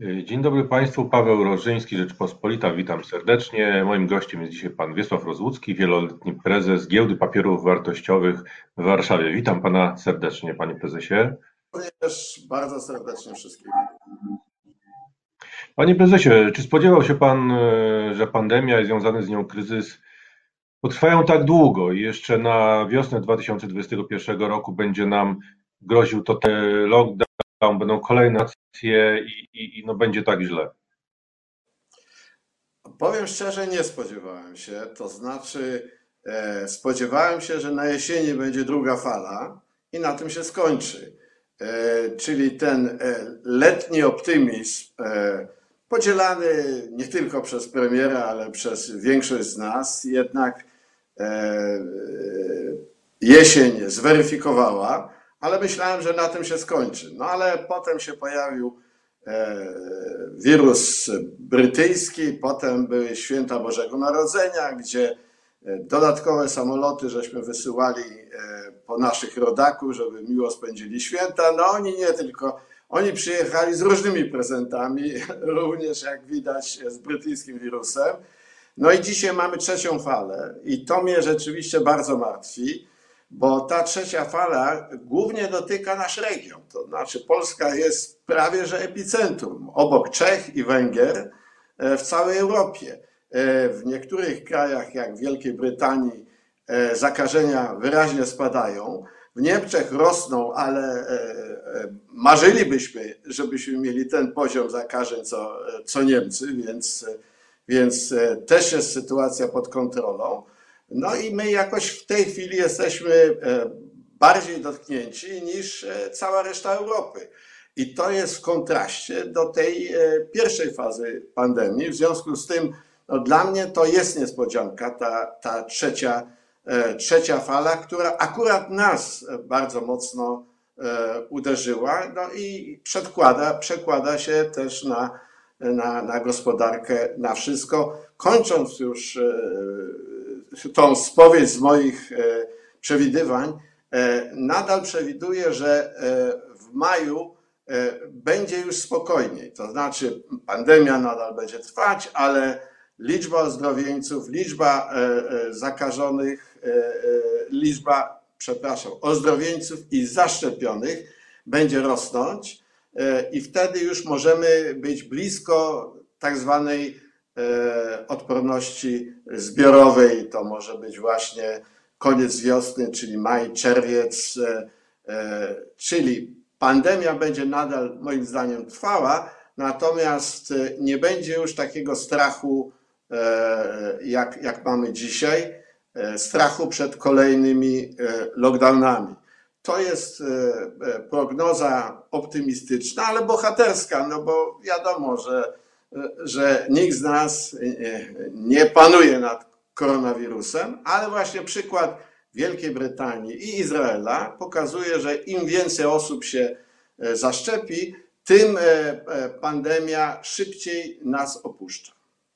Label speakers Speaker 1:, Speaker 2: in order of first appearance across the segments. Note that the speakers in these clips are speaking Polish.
Speaker 1: Dzień dobry Państwu, Paweł Rożyński, Rzeczpospolita, witam serdecznie. Moim gościem jest dzisiaj pan Wiesław Rozłucki, wieloletni prezes Giełdy Papierów Wartościowych w Warszawie. Witam pana serdecznie, panie prezesie.
Speaker 2: Również bardzo serdecznie wszystkich.
Speaker 1: Panie prezesie, czy spodziewał się pan, że pandemia i związany z nią kryzys potrwają tak długo i jeszcze na wiosnę 2021 roku będzie nam groził to lockdown, będą kolejne akcje i będzie tak źle?
Speaker 2: Powiem szczerze, nie spodziewałem się. To znaczy, spodziewałem się, że na jesieni będzie druga fala i na tym się skończy. Czyli ten letni optymizm, podzielany nie tylko przez premiera, ale przez większość z nas, jednak jesień zweryfikowała, ale myślałem, że na tym się skończy. No ale potem się pojawił wirus brytyjski, potem były święta Bożego Narodzenia, gdzie dodatkowe samoloty żeśmy wysyłali po naszych rodaków, żeby miło spędzili święta. No oni nie tylko, oni przyjechali z różnymi prezentami, również jak widać z brytyjskim wirusem. No i dzisiaj mamy trzecią falę i to mnie rzeczywiście bardzo martwi, bo ta trzecia fala głównie dotyka nasz region. To znaczy Polska jest prawie że epicentrum, obok Czech i Węgier w całej Europie. W niektórych krajach, jak w Wielkiej Brytanii, zakażenia wyraźnie spadają. W Niemczech rosną, ale marzylibyśmy, żebyśmy mieli ten poziom zakażeń co Niemcy, więc też jest sytuacja pod kontrolą. No i my jakoś w tej chwili jesteśmy bardziej dotknięci niż cała reszta Europy. I to jest w kontraście do tej pierwszej fazy pandemii. W związku z tym no dla mnie to jest niespodzianka, ta trzecia fala, która akurat nas bardzo mocno uderzyła, no i przekłada się też na gospodarkę, na wszystko. Kończąc już tą spowiedź z moich przewidywań, nadal przewiduję, że w maju będzie już spokojniej. To znaczy pandemia nadal będzie trwać, ale liczba ozdrowieńców, liczba zakażonych, ozdrowieńców i zaszczepionych będzie rosnąć i wtedy już możemy być blisko tak zwanej odporności zbiorowej. To może być właśnie koniec wiosny, czyli maj, czerwiec, czyli pandemia będzie nadal moim zdaniem trwała, natomiast nie będzie już takiego strachu, jak mamy dzisiaj, strachu przed kolejnymi lockdownami. To jest prognoza optymistyczna, ale bohaterska, no bo wiadomo, że nikt z nas nie panuje nad koronawirusem, ale właśnie przykład Wielkiej Brytanii i Izraela pokazuje, że im więcej osób się zaszczepi, tym pandemia szybciej nas opuszcza.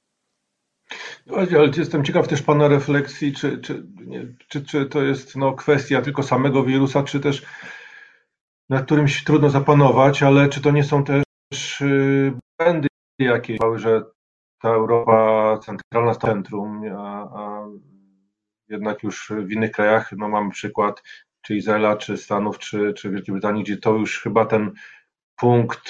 Speaker 1: Ale jestem ciekaw też pana refleksji, czy to jest kwestia tylko samego wirusa, czy też nad którymś trudno zapanować, ale czy to nie są też błędy jakieś, że ta Europa centralna jest centrum, a jednak już w innych krajach, mamy przykład czy Izraela, czy Stanów, czy Wielkiej Brytanii, gdzie to już chyba ten punkt,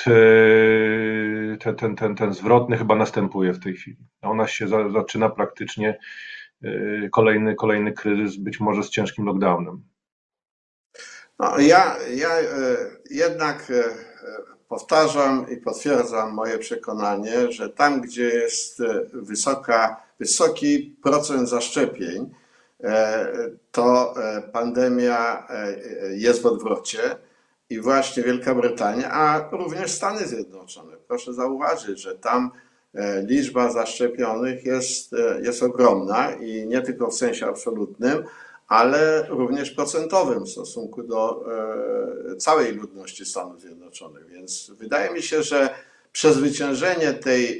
Speaker 1: ten zwrotny chyba następuje w tej chwili. A u nas się zaczyna praktycznie kolejny kryzys, być może z ciężkim lockdownem.
Speaker 2: No, ja jednak powtarzam i potwierdzam moje przekonanie, że tam, gdzie jest wysoki procent zaszczepień, to pandemia jest w odwrocie i właśnie Wielka Brytania, a również Stany Zjednoczone. Proszę zauważyć, że tam liczba zaszczepionych jest ogromna i nie tylko w sensie absolutnym, ale również procentowym w stosunku do całej ludności Stanów Zjednoczonych. Więc wydaje mi się, że przezwyciężenie tej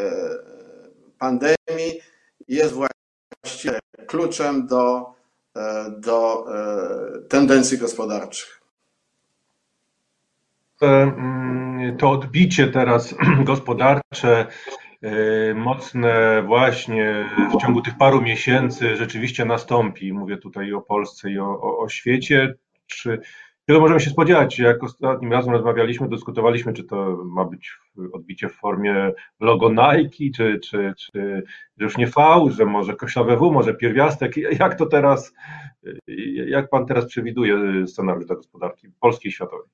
Speaker 2: pandemii jest właściwie kluczem do tendencji gospodarczych.
Speaker 1: To odbicie teraz gospodarcze, mocne właśnie w ciągu tych paru miesięcy rzeczywiście nastąpi. Mówię tutaj o Polsce i o świecie. Czego możemy się spodziewać? Jak ostatnim razem rozmawialiśmy, dyskutowaliśmy, czy to ma być odbicie w formie logo Nike, czy już nie V, że może koślawe W, może pierwiastek. Jak to teraz, jak pan teraz przewiduje scenariusz dla gospodarki polskiej i światowej?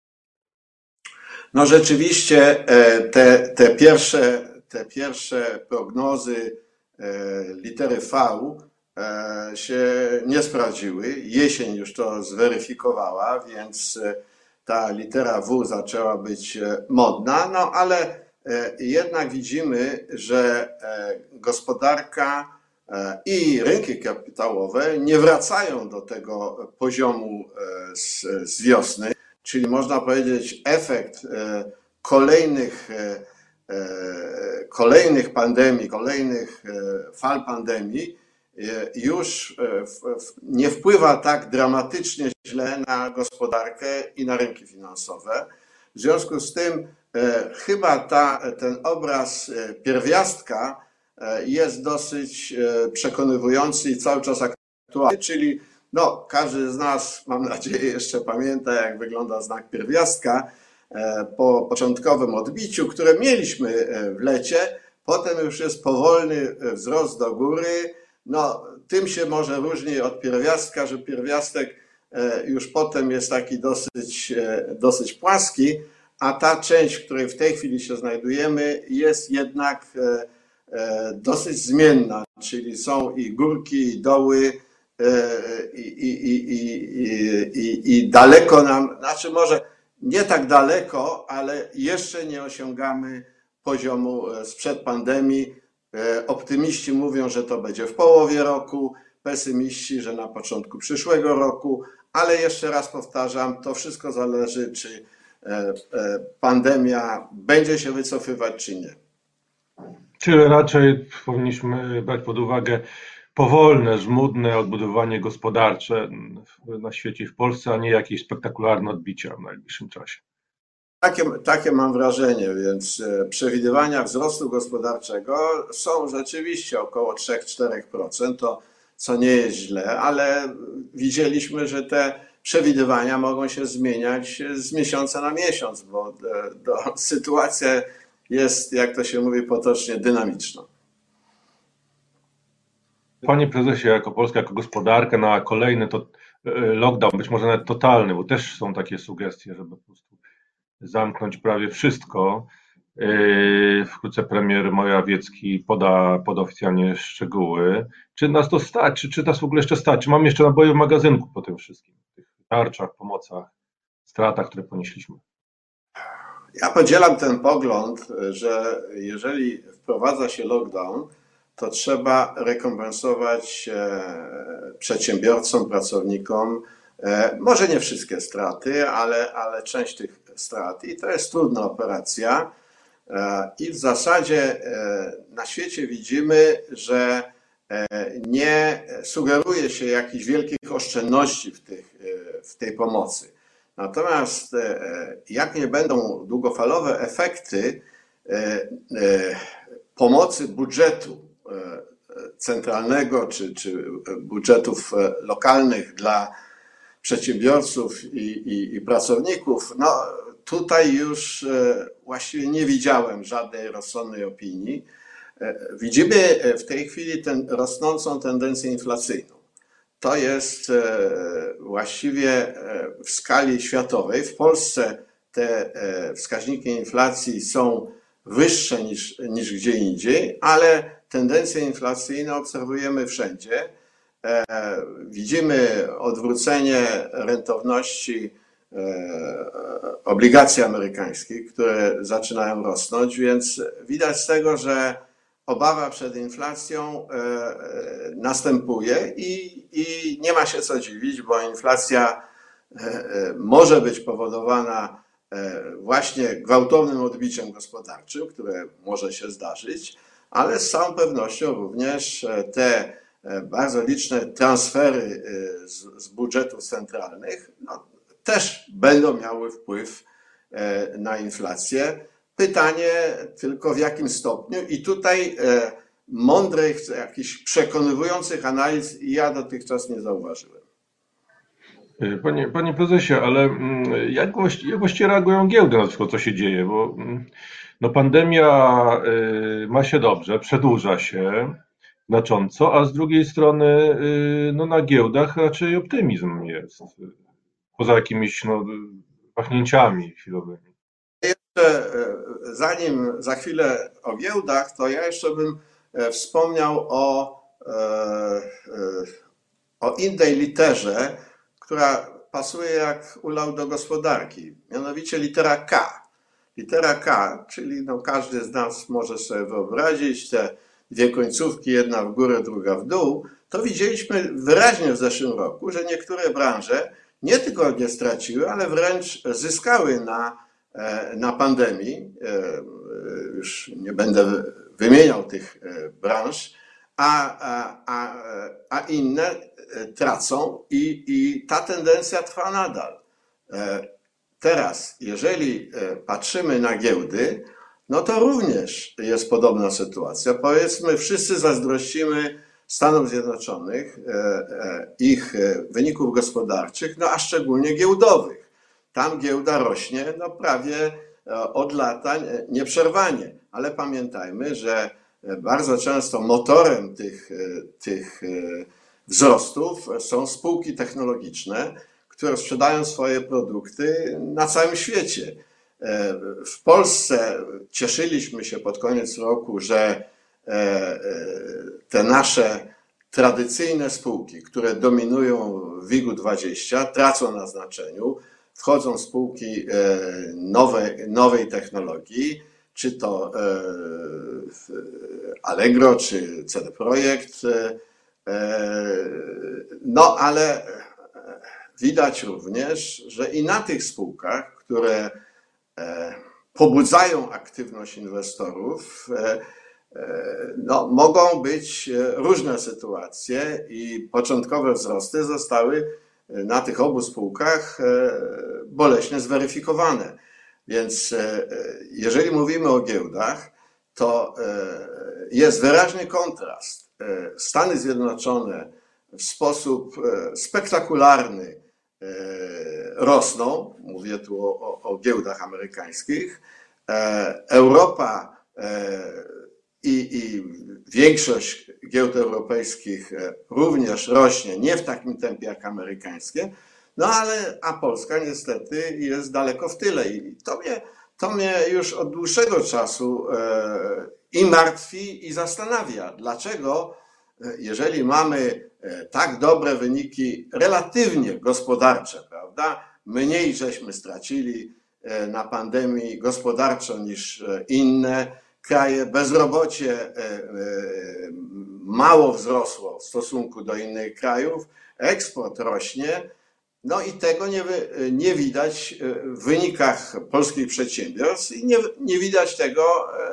Speaker 2: No rzeczywiście te pierwsze prognozy litery V się nie sprawdziły. Jesień już to zweryfikowała, więc ta litera W zaczęła być modna, no ale jednak widzimy, że gospodarka i rynki kapitałowe nie wracają do tego poziomu z wiosny, czyli można powiedzieć efekt kolejnych pandemii, kolejnych fal pandemii już nie wpływa tak dramatycznie źle na gospodarkę i na rynki finansowe. W związku z tym chyba ten obraz pierwiastka jest dosyć przekonywujący i cały czas aktualny, czyli no, każdy z nas, mam nadzieję, jeszcze pamięta, jak wygląda znak pierwiastka po początkowym odbiciu, które mieliśmy w lecie. Potem już jest powolny wzrost do góry. No, tym się może różni od pierwiastka, że pierwiastek już potem jest taki dosyć płaski, a ta część, w której w tej chwili się znajdujemy, jest jednak dosyć zmienna, czyli są i górki, i doły, i daleko nam, znaczy może nie tak daleko, ale jeszcze nie osiągamy poziomu sprzed pandemii. Optymiści mówią, że to będzie w połowie roku, pesymiści, że na początku przyszłego roku, ale jeszcze raz powtarzam, to wszystko zależy, czy pandemia będzie się wycofywać, czy nie.
Speaker 1: Czyli raczej powinniśmy brać pod uwagę powolne, żmudne odbudowanie gospodarcze na świecie i w Polsce, a nie jakieś spektakularne odbicia w najbliższym czasie.
Speaker 2: Takie mam wrażenie, więc przewidywania wzrostu gospodarczego są rzeczywiście około 3-4%, to co nie jest źle, ale widzieliśmy, że te przewidywania mogą się zmieniać z miesiąca na miesiąc, bo sytuacja jest, jak to się mówi potocznie, dynamiczna.
Speaker 1: Panie prezesie, jako Polska, jako gospodarka na kolejny lockdown, być może nawet totalny, bo też są takie sugestie, żeby po prostu zamknąć prawie wszystko. Wkrótce premier Morawiecki poda oficjalnie szczegóły. Czy nas to stać? Czy nas w ogóle jeszcze stać? Czy mamy jeszcze naboje w magazynku po tym wszystkim? Tych tarczach, pomocach, stratach, które ponieśliśmy?
Speaker 2: Ja podzielam ten pogląd, że jeżeli wprowadza się lockdown, to trzeba rekompensować przedsiębiorcom, pracownikom, może nie wszystkie straty, ale część tych strat. I to jest trudna operacja. I w zasadzie na świecie widzimy, że nie sugeruje się jakichś wielkich oszczędności w tej pomocy. Natomiast jak nie będą długofalowe efekty pomocy budżetu centralnego czy budżetów lokalnych dla przedsiębiorców i pracowników, no tutaj już właściwie nie widziałem żadnej rozsądnej opinii. Widzimy w tej chwili rosnącą tendencję inflacyjną. To jest właściwie w skali światowej. W Polsce te wskaźniki inflacji są wyższe niż gdzie indziej, ale tendencje inflacyjne obserwujemy wszędzie. Widzimy odwrócenie rentowności obligacji amerykańskich, które zaczynają rosnąć, więc widać z tego, że obawa przed inflacją następuje i nie ma się co dziwić, bo inflacja może być powodowana właśnie gwałtownym odbiciem gospodarczym, które może się zdarzyć, ale z całą pewnością również te bardzo liczne transfery z budżetów centralnych no, też będą miały wpływ na inflację. Pytanie tylko w jakim stopniu i tutaj mądrych, jakichś przekonywujących analiz ja dotychczas nie zauważyłem.
Speaker 1: Panie prezesie, ale jak właściwie reagują giełdy na wszystko, co się dzieje? Bo no pandemia ma się dobrze, przedłuża się znacząco, a z drugiej strony no na giełdach raczej optymizm jest, poza jakimiś no, wahnięciami chwilowymi.
Speaker 2: Jeszcze zanim za chwilę o giełdach, to ja jeszcze bym wspomniał o innej literze, która pasuje jak ulał do gospodarki, mianowicie litera K. Litera K, czyli no każdy z nas może sobie wyobrazić te dwie końcówki, jedna w górę, druga w dół, to widzieliśmy wyraźnie w zeszłym roku, że niektóre branże nie tylko nie straciły, ale wręcz zyskały na pandemii. Już nie będę wymieniał tych branż, a inne tracą i ta tendencja trwa nadal. Teraz, jeżeli patrzymy na giełdy, no to również jest podobna sytuacja. Powiedzmy, wszyscy zazdrościmy Stanom Zjednoczonych, ich wyników gospodarczych, no a szczególnie giełdowych. Tam giełda rośnie no prawie od lata nieprzerwanie, ale pamiętajmy, że bardzo często motorem tych wzrostów są spółki technologiczne, które sprzedają swoje produkty na całym świecie. W Polsce cieszyliśmy się pod koniec roku, że te nasze tradycyjne spółki, które dominują w WIG-20, tracą na znaczeniu. Wchodzą spółki nowej technologii, czy to Allegro, czy CD Projekt. No ale widać również, że i na tych spółkach, które pobudzają aktywność inwestorów, no, mogą być różne sytuacje i początkowe wzrosty zostały na tych obu spółkach boleśnie zweryfikowane. Więc jeżeli mówimy o giełdach, to jest wyraźny kontrast. Stany Zjednoczone w sposób spektakularny rosną, mówię tu o giełdach amerykańskich. Europa i większość giełd europejskich również rośnie, nie w takim tempie jak amerykańskie, no a Polska niestety jest daleko w tyle i to mnie już od dłuższego czasu i martwi, i zastanawia, dlaczego jeżeli mamy tak dobre wyniki relatywnie gospodarcze, prawda, mniej żeśmy stracili na pandemii gospodarczo niż inne kraje, bezrobocie mało wzrosło w stosunku do innych krajów, eksport rośnie, no i tego nie widać w wynikach polskich przedsiębiorstw i nie widać tego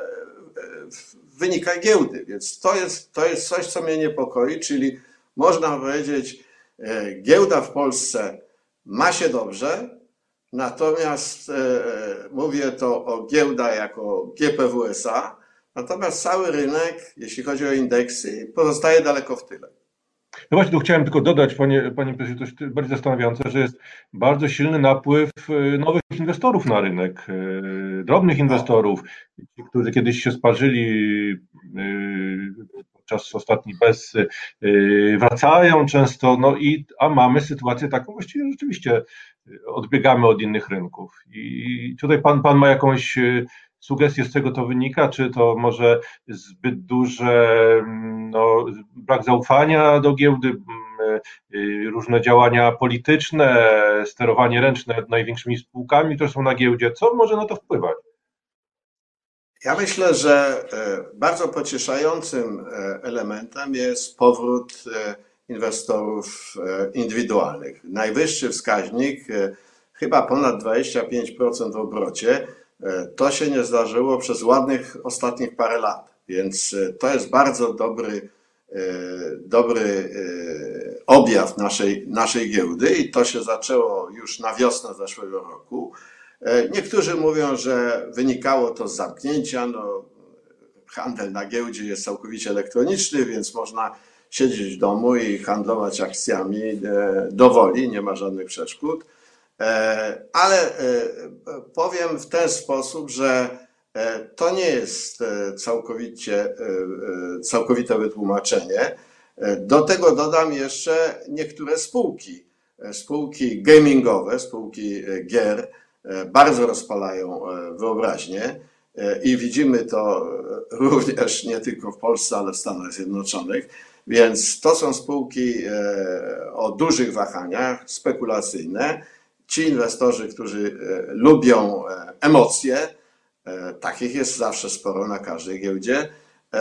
Speaker 2: w wynikach giełdy, więc to jest coś, co mnie niepokoi, czyli można powiedzieć, giełda w Polsce ma się dobrze, natomiast mówię to o giełdach jako GPW SA, natomiast cały rynek, jeśli chodzi o indeksy, pozostaje daleko w tyle.
Speaker 1: No właśnie, tu chciałem tylko dodać, panie prezesie, coś bardziej zastanawiające, że jest bardzo silny napływ nowych inwestorów na rynek, drobnych inwestorów, którzy kiedyś się sparzyli podczas ostatniej BES-y, wracają często, no a mamy sytuację taką, właściwie rzeczywiście odbiegamy od innych rynków. I tutaj pan ma jakąś sugestię, z czego to wynika, czy to może zbyt duże brak zaufania do giełdy, różne działania polityczne, sterowanie ręczne największymi spółkami, które są na giełdzie. Co może na to wpływać?
Speaker 2: Ja myślę, że bardzo pocieszającym elementem jest powrót inwestorów indywidualnych. Najwyższy wskaźnik, chyba ponad 25% w obrocie, to się nie zdarzyło przez ładnych ostatnich parę lat, więc to jest bardzo dobry objaw naszej giełdy i to się zaczęło już na wiosnę zeszłego roku. Niektórzy mówią, że wynikało to z zamknięcia. No, handel na giełdzie jest całkowicie elektroniczny, więc można siedzieć w domu i handlować akcjami do woli, nie ma żadnych przeszkód. Ale powiem w ten sposób, że to nie jest całkowite wytłumaczenie. Do tego dodam jeszcze niektóre spółki gamingowe, spółki gier bardzo rozpalają wyobraźnię i widzimy to również nie tylko w Polsce, ale w Stanach Zjednoczonych. Więc to są spółki o dużych wahaniach, spekulacyjne. Ci inwestorzy, którzy lubią emocje, takich jest zawsze sporo na każdej giełdzie,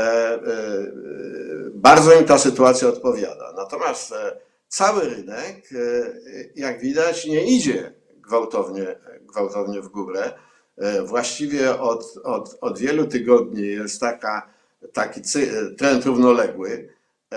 Speaker 2: bardzo im ta sytuacja odpowiada. Natomiast cały rynek, jak widać, nie idzie gwałtownie w górę. Właściwie od wielu tygodni jest taki trend równoległy.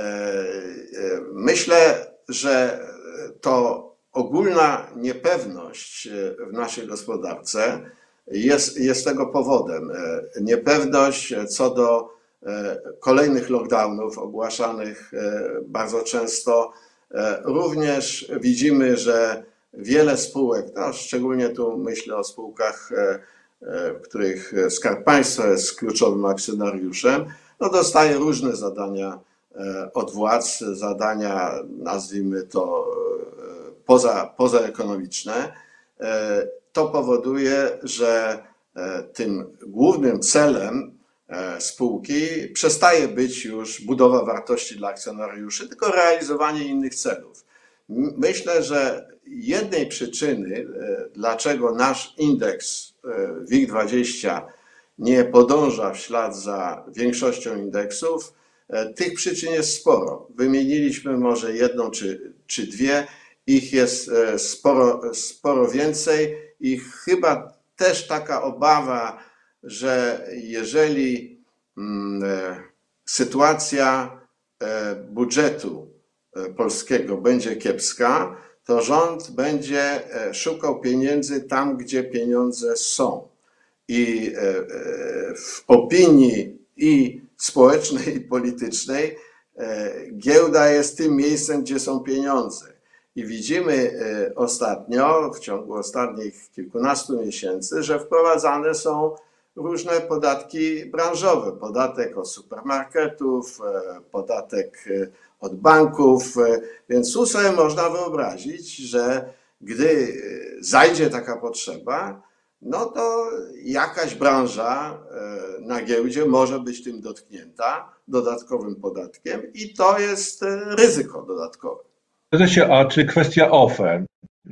Speaker 2: Myślę, że to ogólna niepewność w naszej gospodarce jest tego powodem. Niepewność co do kolejnych lockdownów ogłaszanych bardzo często. Również widzimy, że wiele spółek, no szczególnie tu myślę o spółkach, w których Skarb Państwa jest kluczowym akcjonariuszem, no dostaje różne zadania od władz, zadania, nazwijmy to, pozaekonomiczne. To powoduje, że tym głównym celem spółki przestaje być już budowa wartości dla akcjonariuszy, tylko realizowanie innych celów. Myślę, że jednej przyczyny, dlaczego nasz indeks WIG20 nie podąża w ślad za większością indeksów, tych przyczyn jest sporo. Wymieniliśmy może jedną czy dwie, ich jest sporo więcej i chyba też taka obawa, że jeżeli sytuacja budżetu polskiego będzie kiepska, to rząd będzie szukał pieniędzy tam, gdzie pieniądze są. I w opinii i społecznej, i politycznej giełda jest tym miejscem, gdzie są pieniądze. I widzimy ostatnio, w ciągu ostatnich kilkunastu miesięcy, że wprowadzane są różne podatki branżowe. Podatek od supermarketów, podatek od banków, więc tu sobie można wyobrazić, że gdy zajdzie taka potrzeba, no to jakaś branża na giełdzie może być tym dotknięta dodatkowym podatkiem i to jest ryzyko dodatkowe.
Speaker 1: A czy kwestia OFE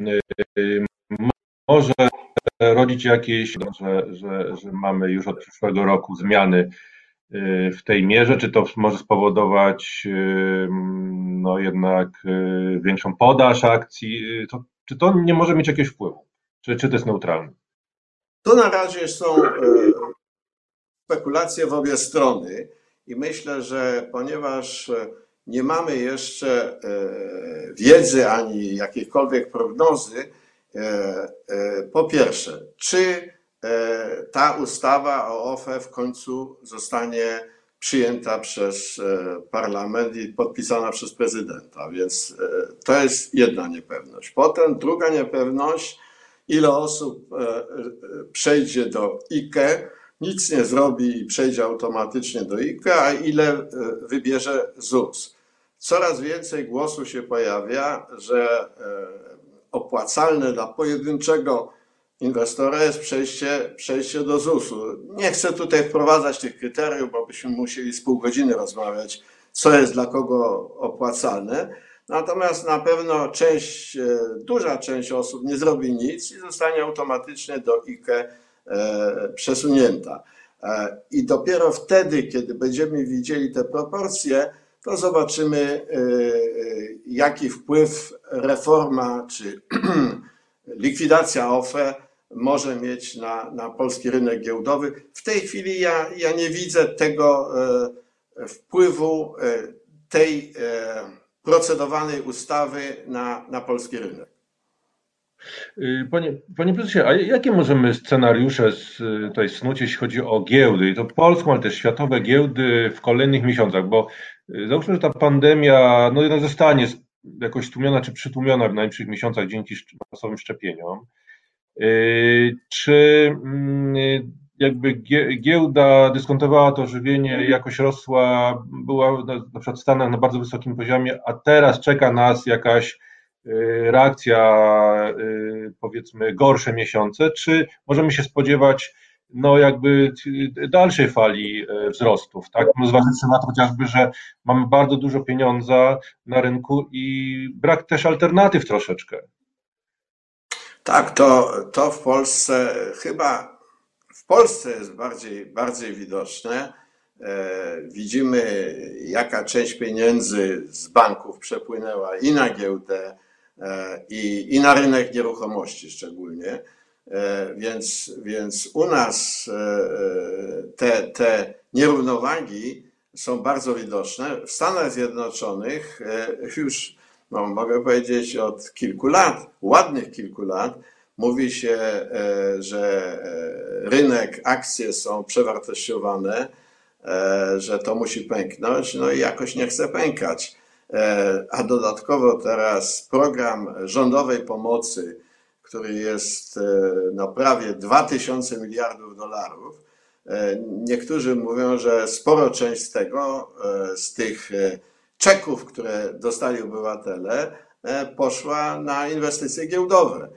Speaker 1: może rodzić jakieś, że mamy już od przyszłego roku zmiany w tej mierze, czy to może spowodować no jednak większą podaż akcji, czy to nie może mieć jakiegoś wpływu, czy to jest neutralne?
Speaker 2: Tu na razie są spekulacje w obie strony i myślę, że ponieważ nie mamy jeszcze wiedzy ani jakiejkolwiek prognozy, po pierwsze, czy ta ustawa o OFE w końcu zostanie przyjęta przez parlament i podpisana przez prezydenta, więc to jest jedna niepewność. Potem druga niepewność, ile osób przejdzie do IKE, nic nie zrobi i przejdzie automatycznie do IKE, a ile wybierze ZUS. Coraz więcej głosów się pojawia, że opłacalne dla pojedynczego inwestora jest przejście do ZUS-u. Nie chcę tutaj wprowadzać tych kryteriów, bo byśmy musieli z pół godziny rozmawiać, co jest dla kogo opłacalne. Natomiast na pewno duża część osób nie zrobi nic i zostanie automatycznie do IKE przesunięta. I dopiero wtedy, kiedy będziemy widzieli te proporcje, to zobaczymy, jaki wpływ reforma czy likwidacja OFE może mieć na polski rynek giełdowy. W tej chwili ja nie widzę tego wpływu tej procedowanej ustawy na polski rynek.
Speaker 1: Panie prezesie, a jakie możemy scenariusze tutaj snuć, jeśli chodzi o giełdy, i to polską, ale też światowe giełdy w kolejnych miesiącach, bo załóżmy, że ta pandemia no jednak zostanie jakoś stłumiona czy przytłumiona w najbliższych miesiącach dzięki masowym szczepieniom. Czy jakby giełda dyskontowała to żywienie, jakoś rosła, była na przykład w Stanach na bardzo wysokim poziomie, a teraz czeka nas jakaś reakcja, powiedzmy, gorsze miesiące, czy możemy się spodziewać no jakby dalszej fali wzrostów, tak? No zważywszy na to chociażby, że mamy bardzo dużo pieniądza na rynku i brak też alternatyw troszeczkę.
Speaker 2: Tak, to w Polsce chyba w Polsce jest bardziej widoczne. Widzimy, jaka część pieniędzy z banków przepłynęła i na giełdę, i na rynek nieruchomości szczególnie. Więc u nas te nierównowagi są bardzo widoczne. W Stanach Zjednoczonych już, no, mogę powiedzieć, od kilku lat, ładnych kilku lat, mówi się, że rynek, akcje są przewartościowane, że to musi pęknąć, no i jakoś nie chce pękać. A dodatkowo teraz program rządowej pomocy, który jest no, prawie 2000 miliardów dolarów. Niektórzy mówią, że sporo część z tego, z tych czeków, które dostali obywatele, poszła na inwestycje giełdowe.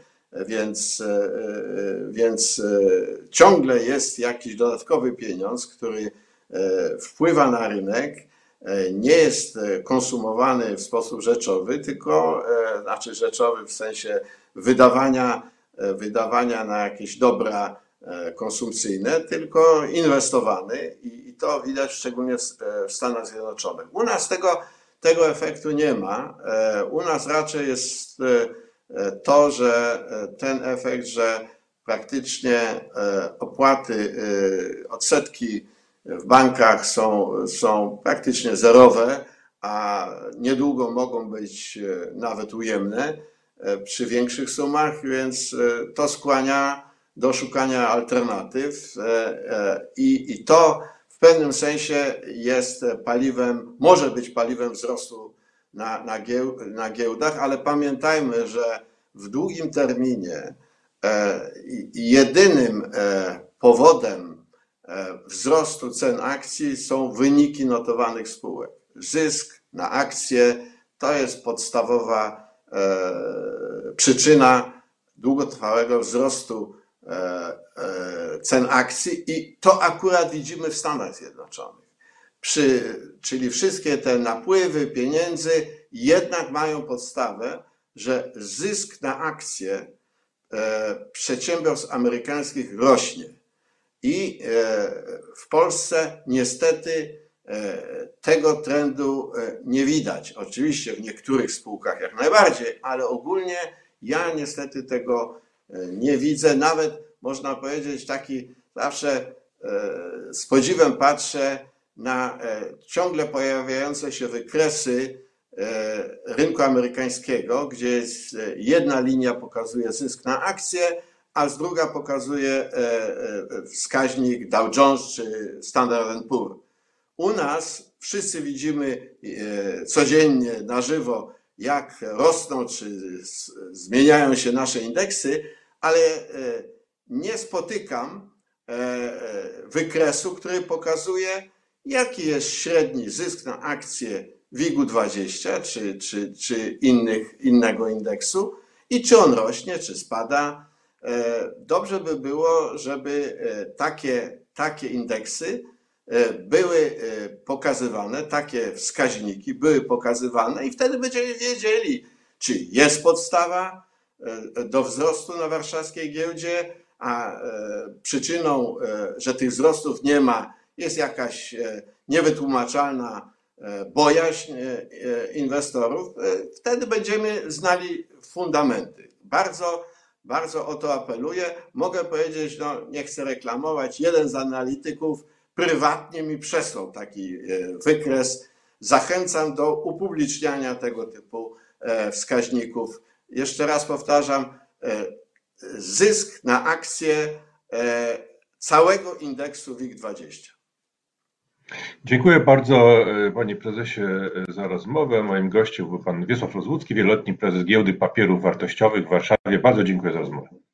Speaker 2: Więc ciągle jest jakiś dodatkowy pieniądz, który wpływa na rynek, nie jest konsumowany w sposób rzeczowy, tylko znaczy rzeczowy w sensie wydawania na jakieś dobra konsumpcyjne, tylko inwestowany i to widać szczególnie w Stanach Zjednoczonych. U nas tego efektu nie ma. U nas raczej jest to, że ten efekt, że praktycznie opłaty, odsetki w bankach są praktycznie zerowe, a niedługo mogą być nawet ujemne przy większych sumach, więc to skłania do szukania alternatyw i to w pewnym sensie jest paliwem, może być paliwem wzrostu na giełdach, ale pamiętajmy, że w długim terminie jedynym powodem wzrostu cen akcji są wyniki notowanych spółek. Zysk na akcje to jest podstawowa przyczyna długotrwałego wzrostu cen akcji i to akurat widzimy w Stanach Zjednoczonych. Czyli wszystkie te napływy pieniędzy jednak mają podstawę, że zysk na akcje przedsiębiorstw amerykańskich rośnie. I w Polsce niestety tego trendu nie widać. Oczywiście w niektórych spółkach jak najbardziej, ale ogólnie ja niestety tego nie widzę. Nawet można powiedzieć taki zawsze z podziwem patrzę na ciągle pojawiające się wykresy rynku amerykańskiego, gdzie jedna linia pokazuje zysk na akcję, a druga pokazuje wskaźnik Dow Jones czy Standard & Poor. U nas wszyscy widzimy codziennie na żywo, jak rosną czy zmieniają się nasze indeksy, ale nie spotykam wykresu, który pokazuje, jaki jest średni zysk na akcję WIG-20 czy innego indeksu i czy on rośnie, czy spada. Dobrze by było, żeby takie indeksy były pokazywane, takie wskaźniki były pokazywane i wtedy będziemy wiedzieli, czy jest podstawa do wzrostu na warszawskiej giełdzie, a przyczyną, że tych wzrostów nie ma, jest jakaś niewytłumaczalna bojaźń inwestorów. Wtedy będziemy znali fundamenty. Bardzo o to apeluję. Mogę powiedzieć, no nie chcę reklamować, jeden z analityków prywatnie mi przesłał taki wykres. Zachęcam do upubliczniania tego typu wskaźników. Jeszcze raz powtarzam, zysk na akcję całego indeksu WIG20.
Speaker 1: Dziękuję bardzo, panie prezesie, za rozmowę. Moim gościem był pan Wiesław Rozłucki, wieloletni prezes Giełdy Papierów Wartościowych w Warszawie. Bardzo dziękuję za rozmowę.